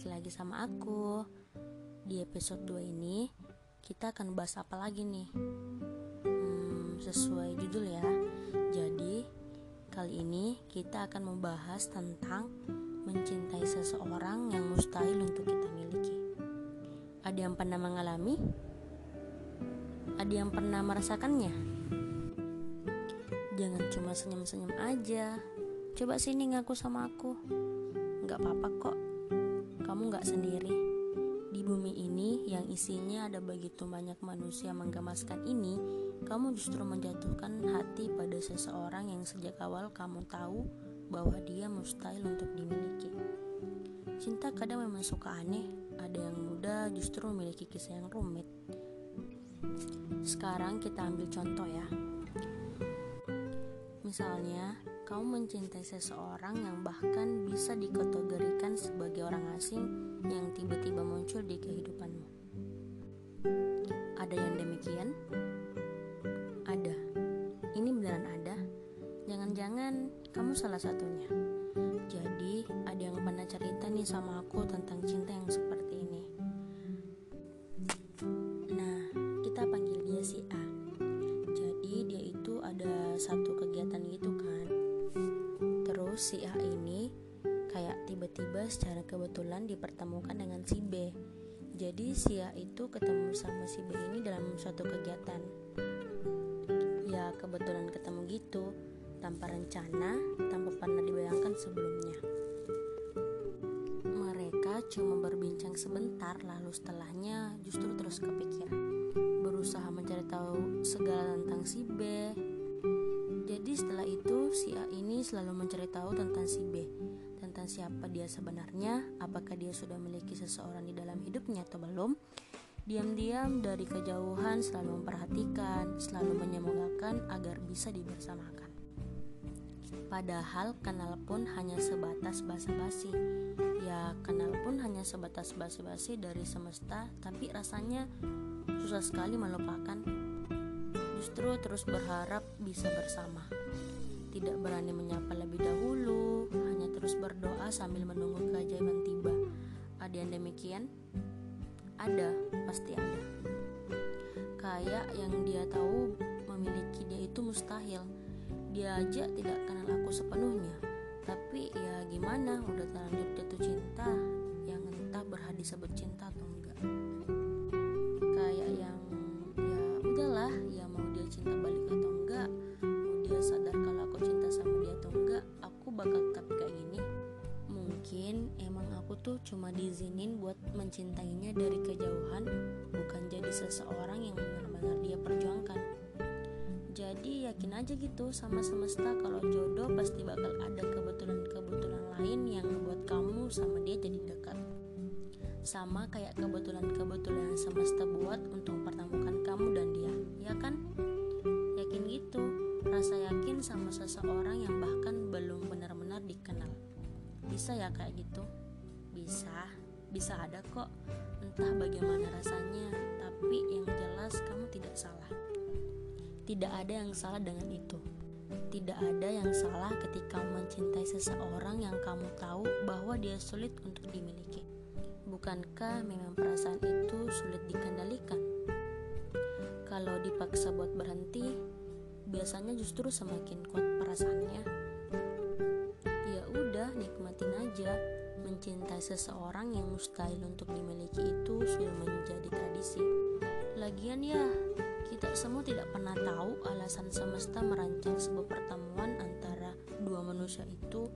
balik lagi sama aku. Di episode 2 ini kita akan bahas apa lagi nih? Sesuai judul ya. Jadi kali ini kita akan membahas tentang mencintai seseorang yang mustahil untuk kita miliki. Ada yang pernah mengalami? Ada yang pernah merasakannya? Jangan cuma senyum-senyum aja. Coba sini ngaku sama aku. Gak apa-apa kok, kamu gak sendiri. Di bumi ini yang isinya ada begitu banyak manusia menggemaskan ini, kamu justru menjatuhkan hati pada seseorang yang sejak awal kamu tahu bahwa dia mustahil untuk dimiliki. Cinta kadang memang suka aneh, ada yang mudah justru memiliki kisah yang rumit. Sekarang kita ambil contoh ya. Misalnya, kamu mencintai seseorang yang bahkan bisa dikategorikan sebagai orang asing yang tiba-tiba muncul di kehidupanmu. Ada yang demikian? Ada. Ini beneran ada? Jangan-jangan kamu salah satunya. Jadi, ada yang pernah cerita nih sama aku tentang cinta yang seperti ini. Nah, kita panggil dia si A. Jadi, dia itu ada satu kegiatan gitu kan. Terus si A ini kayak tiba-tiba secara kebetulan dipertemukan dengan si B. Jadi si A itu ketemu sama si B ini dalam suatu kegiatan. Ya kebetulan ketemu gitu, tanpa rencana, tanpa pernah dibayangkan sebelumnya. Mereka cuma berbincang sebentar, lalu setelahnya justru terus kepikiran, berusaha mencari tahu segala tentang si B. Jadi setelah itu si A ini selalu mencari tahu tentang si B, tentang siapa dia sebenarnya, apakah dia sudah memiliki seseorang di dalam hidupnya atau belum. Diam-diam dari kejauhan selalu memperhatikan, selalu menyemogakan agar bisa dibersamakan. Padahal kenal pun hanya sebatas basa-basi. Ya kenal pun hanya sebatas basa-basi dari semesta, tapi rasanya susah sekali melupakan. Justru terus berharap bisa bersama. Tidak berani menyapa lebih dahulu, hanya terus berdoa sambil menunggu keajaiban tiba. Ada yang demikian? Ada, pasti ada. Kayak yang dia tahu memiliki dia itu mustahil. Dia aja tidak kenal aku sepenuhnya. Tapi ya gimana, udah terlanjur jatuh cinta, yang entah berhak disebut cinta atau enggak. Kayak yang ya udahlah, ya mau dia cinta balik atau enggak, mau dia sadar kalau aku cinta sama dia atau enggak, aku bakal tetap kayak gini. Mungkin emang aku tuh cuma diizinin buat mencintainya dari kejauhan, bukan jadi seseorang yang benar-benar dia perjuangkan. Jadi yakin aja gitu sama semesta kalau jodoh pasti bakal ada kebetulan-kebetulan lain yang membuat kamu sama dia jadi dekat. Sama kayak kebetulan-kebetulan yang semesta buat untuk mempertemukan kamu dan dia, ya kan? Yakin gitu, rasa yakin sama seseorang yang bahkan belum benar-benar dikenal. Bisa ya kayak gitu? Bisa ada kok. Entah bagaimana rasanya, tapi yang jelas kamu tidak salah. Tidak ada yang salah dengan itu. Tidak ada yang salah ketika mencintai seseorang yang kamu tahu bahwa dia sulit untuk dimiliki. Bukankah memang perasaan itu sulit dikendalikan? Kalau dipaksa buat berhenti, biasanya justru semakin kuat perasaannya. Ya udah, nikmatin aja. Mencintai seseorang yang mustahil untuk dimiliki itu sudah menjadi tradisi. Lagian ya, kita semua tidak pernah tahu alasan semesta merancang sebuah pertemuan antara dua manusia itu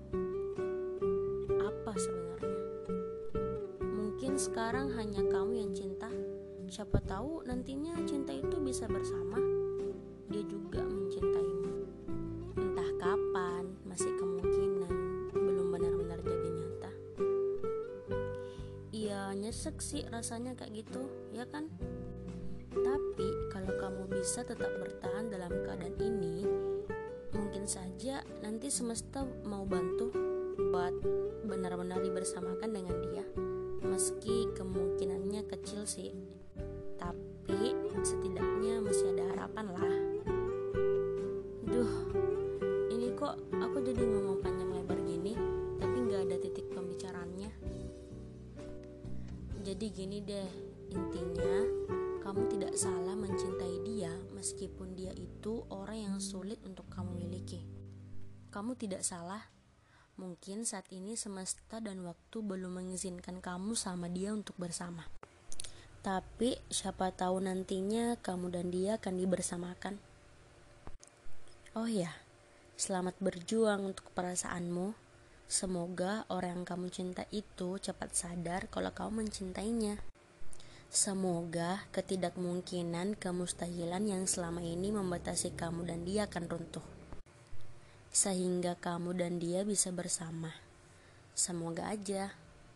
apa sebenarnya. Mungkin sekarang hanya kamu yang cinta, siapa tahu nantinya cinta itu bisa bersama. Dia juga mencintaimu. Entah kapan, masih kemungkinan belum benar-benar jadi nyata. Iya, nyesek sih rasanya kayak gitu, ya kan? Tapi kalau kamu bisa tetap bertahan dalam keadaan ini, mungkin saja nanti semesta mau bantu buat benar-benar dibersamakan dengan dia. Meski kemungkinannya kecil sih, tapi setidaknya masih ada harapan lah. Duh, ini kok aku jadi ngomong panjang lebar gini, tapi gak ada titik pembicaraannya. Jadi gini deh, intinya kamu tidak salah mencintai dia meskipun dia itu orang yang sulit untuk kamu miliki. Kamu tidak salah. Mungkin saat ini semesta dan waktu belum mengizinkan kamu sama dia untuk bersama. Tapi siapa tahu nantinya kamu dan dia akan dibersamakan. Oh ya, selamat berjuang untuk perasaanmu. Semoga orang yang kamu cinta itu cepat sadar kalau kamu mencintainya. Semoga ketidakmungkinan kemustahilan yang selama ini membatasi kamu dan dia akan runtuh, sehingga kamu dan dia bisa bersama. Semoga aja.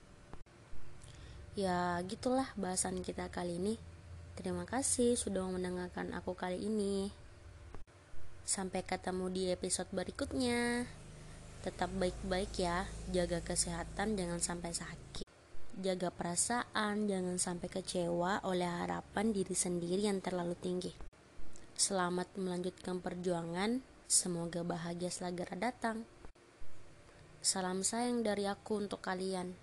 Ya gitulah bahasan kita kali ini. Terima kasih sudah mendengarkan aku kali ini. Sampai ketemu di episode berikutnya. Tetap baik-baik ya. Jaga kesehatan, jangan sampai sakit. Jaga perasaan, jangan sampai kecewa oleh harapan diri sendiri yang terlalu tinggi. Selamat melanjutkan perjuangan. Semoga bahagia segera datang. Salam sayang dari aku untuk kalian.